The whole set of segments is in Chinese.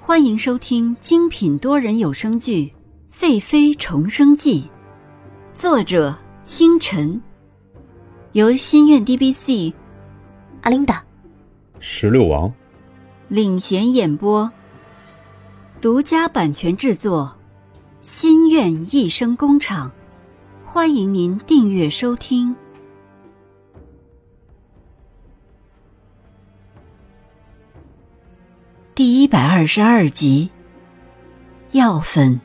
欢迎收听精品多人有声剧《废妃重生记》，作者星辰，由心愿 DBC、 阿琳达、 16王领衔演播，独家版权制作，心愿一声工厂。欢迎您订阅收听。第122集，药粉。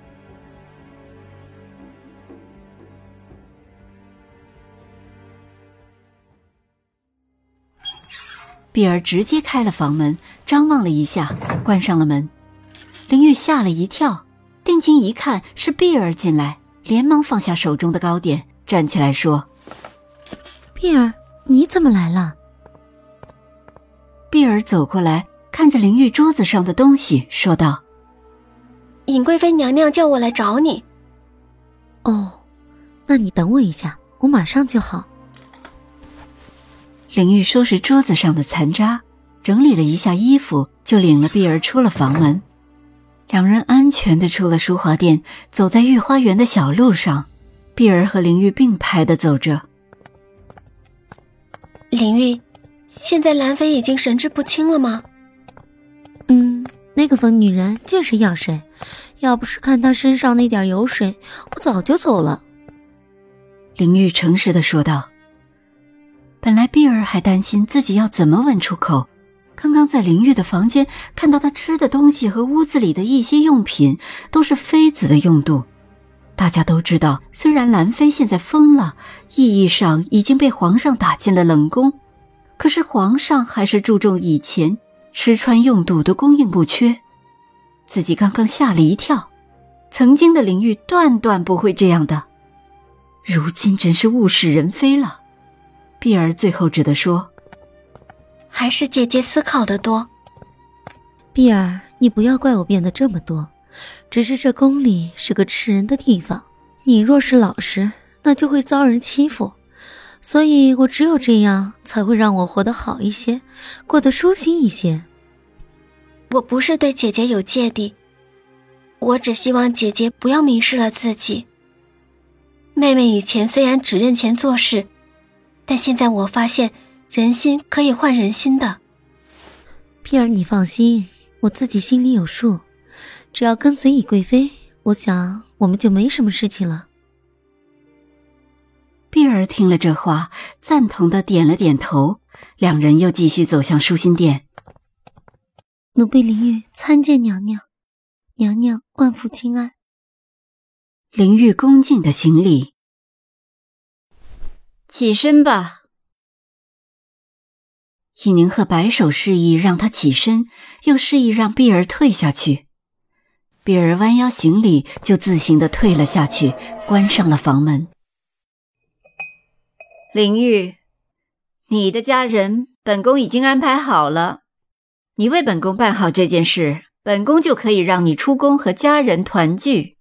碧儿直接开了房门，张望了一下，关上了门。林玉吓了一跳，定睛一看是碧儿进来，连忙放下手中的糕点，站起来说： 碧儿，你怎么来了？ 碧儿走过来，看着林玉桌子上的东西，说道： 尹贵妃娘娘叫我来找你。 哦，那你等我一下，我马上就好。 林玉收拾桌子上的残渣，整理了一下衣服，就领了碧儿出了房门。两人安全地出了淑华殿，走在御花园的小路上，碧儿和林玉并排地走着。 林玉，现在兰妃已经神志不清了吗？ 那个疯女人见谁咬谁，要不是看她身上那点油水，我早就走了。 林玉诚实地说道。本来碧儿还担心自己要怎么问出口，刚刚在林玉的房间看到她吃的东西和屋子里的一些用品都是妃子的用度。大家都知道，虽然兰妃现在疯了，意义上已经被皇上打进了冷宫，可是皇上还是注重以前吃穿用度都供应不缺。自己刚刚吓了一跳，曾经的林玉断不会这样的，如今真是物是人非了。碧儿最后只得说： 还是姐姐思考得多。 碧儿，你不要怪我变得这么多，只是这宫里是个吃人的地方，你若是老实，那就会遭人欺负，所以我只有这样才会让我活得好一些，过得舒心一些。 我不是对姐姐有芥蒂，我只希望姐姐不要迷失了自己。妹妹以前虽然只认钱做事，但现在我发现人心可以换人心的。 碧儿，你放心，我自己心里有数，只要跟随尹贵妃，我想我们就没什么事情了。 碧儿听了这话，赞同地点了点头，两人又继续走向舒心殿。 奴婢林玉参见娘娘，娘娘万福金安。 林玉恭敬地行礼。起身吧。尹宁鹤摆手示意让他起身，又示意让碧儿退下去。碧儿弯腰行礼，就自行地退了下去，关上了房门。林玉，你的家人本宫已经安排好了，你为本宫办好这件事，本宫就可以让你出宫和家人团聚。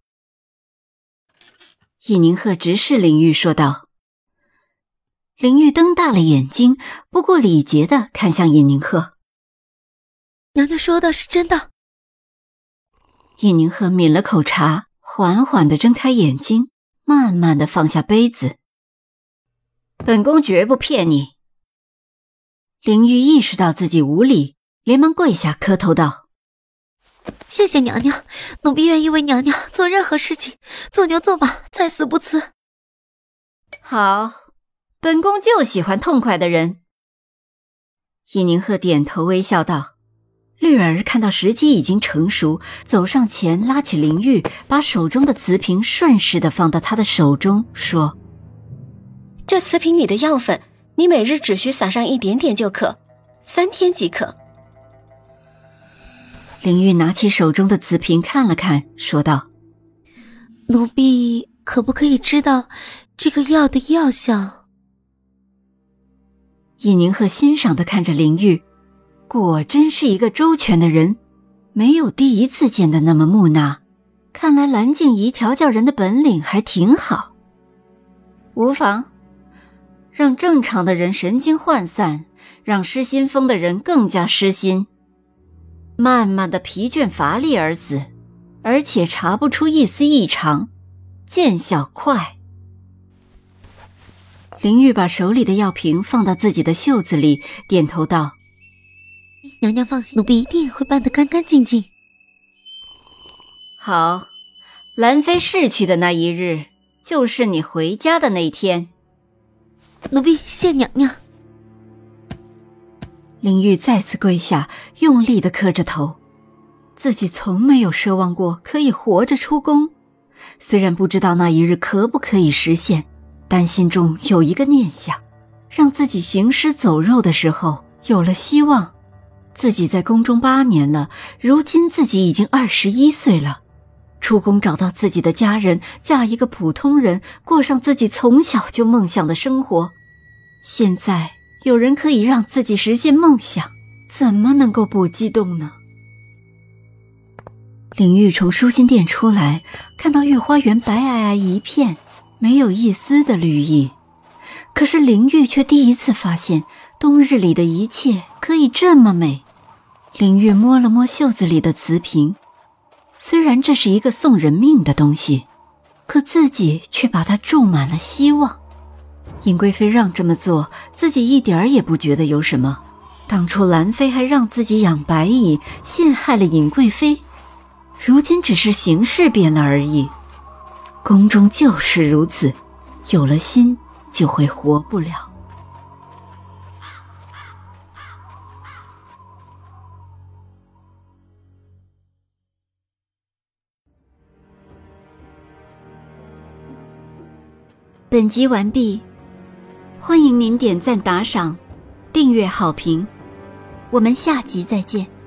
尹宁鹤直视林玉说道。林玉瞪大了眼睛，不顾礼节地看向尹宁鹤。 娘娘说的是真的。 尹宁鹤抿了口茶，缓缓地睁开眼睛，慢慢地放下杯子。本宫绝不骗你。林玉意识到自己无礼，连忙跪下磕头道： 谢谢娘娘，奴婢愿意为娘娘做任何事情，做牛做马，在死不辞。 好，本宫就喜欢痛快的人。尹宁鹤点头微笑道。绿儿看到时机已经成熟，走上前拉起林玉，把手中的瓷瓶顺势地放到他的手中，说： 这瓷瓶里的药粉，你每日只需撒上一点点就可，3天即可。 林玉拿起手中的瓷瓶看了看，说道： 奴婢可不可以知道这个药的药效？ 尹宁鹤欣赏地看着林玉，果真是一个周全的人，没有第一次见的那么木讷，看来蓝静怡调教人的本领还挺好。无妨，让正常的人神经涣散，让失心疯的人更加失心。 慢慢的疲倦乏力而死，而且查不出一丝异常，见效快。林玉把手里的药瓶放到自己的袖子里，点头道： 娘娘放心，奴婢一定会办得干干净净。 好，兰妃逝去的那一日，就是你回家的那天。 奴婢谢娘娘。 林玉再次跪下，用力地磕着头。自己从没有奢望过可以活着出宫，虽然不知道那一日可不可以实现，但心中有一个念想，让自己行尸走肉的时候有了希望。自己在宫中8年了，如今自己已经21岁了，出宫找到自己的家人，嫁一个普通人，过上自己从小就梦想的生活。现在有人可以让自己实现梦想，怎么能够不激动呢？林玉从舒心殿出来，看到御花园白皑皑一片，没有一丝的绿意。可是林玉却第一次发现，冬日里的一切可以这么美。林玉摸了摸袖子里的瓷瓶，虽然这是一个送人命的东西，可自己却把它注满了希望。尹贵妃让这么做，自己一点儿也不觉得有什么。当初兰妃还让自己养白蚁，陷害了尹贵妃，如今只是形势变了而已。宫中就是如此，有了心就会活不了。本集完毕，欢迎您点赞打赏、订阅好评，我们下集再见。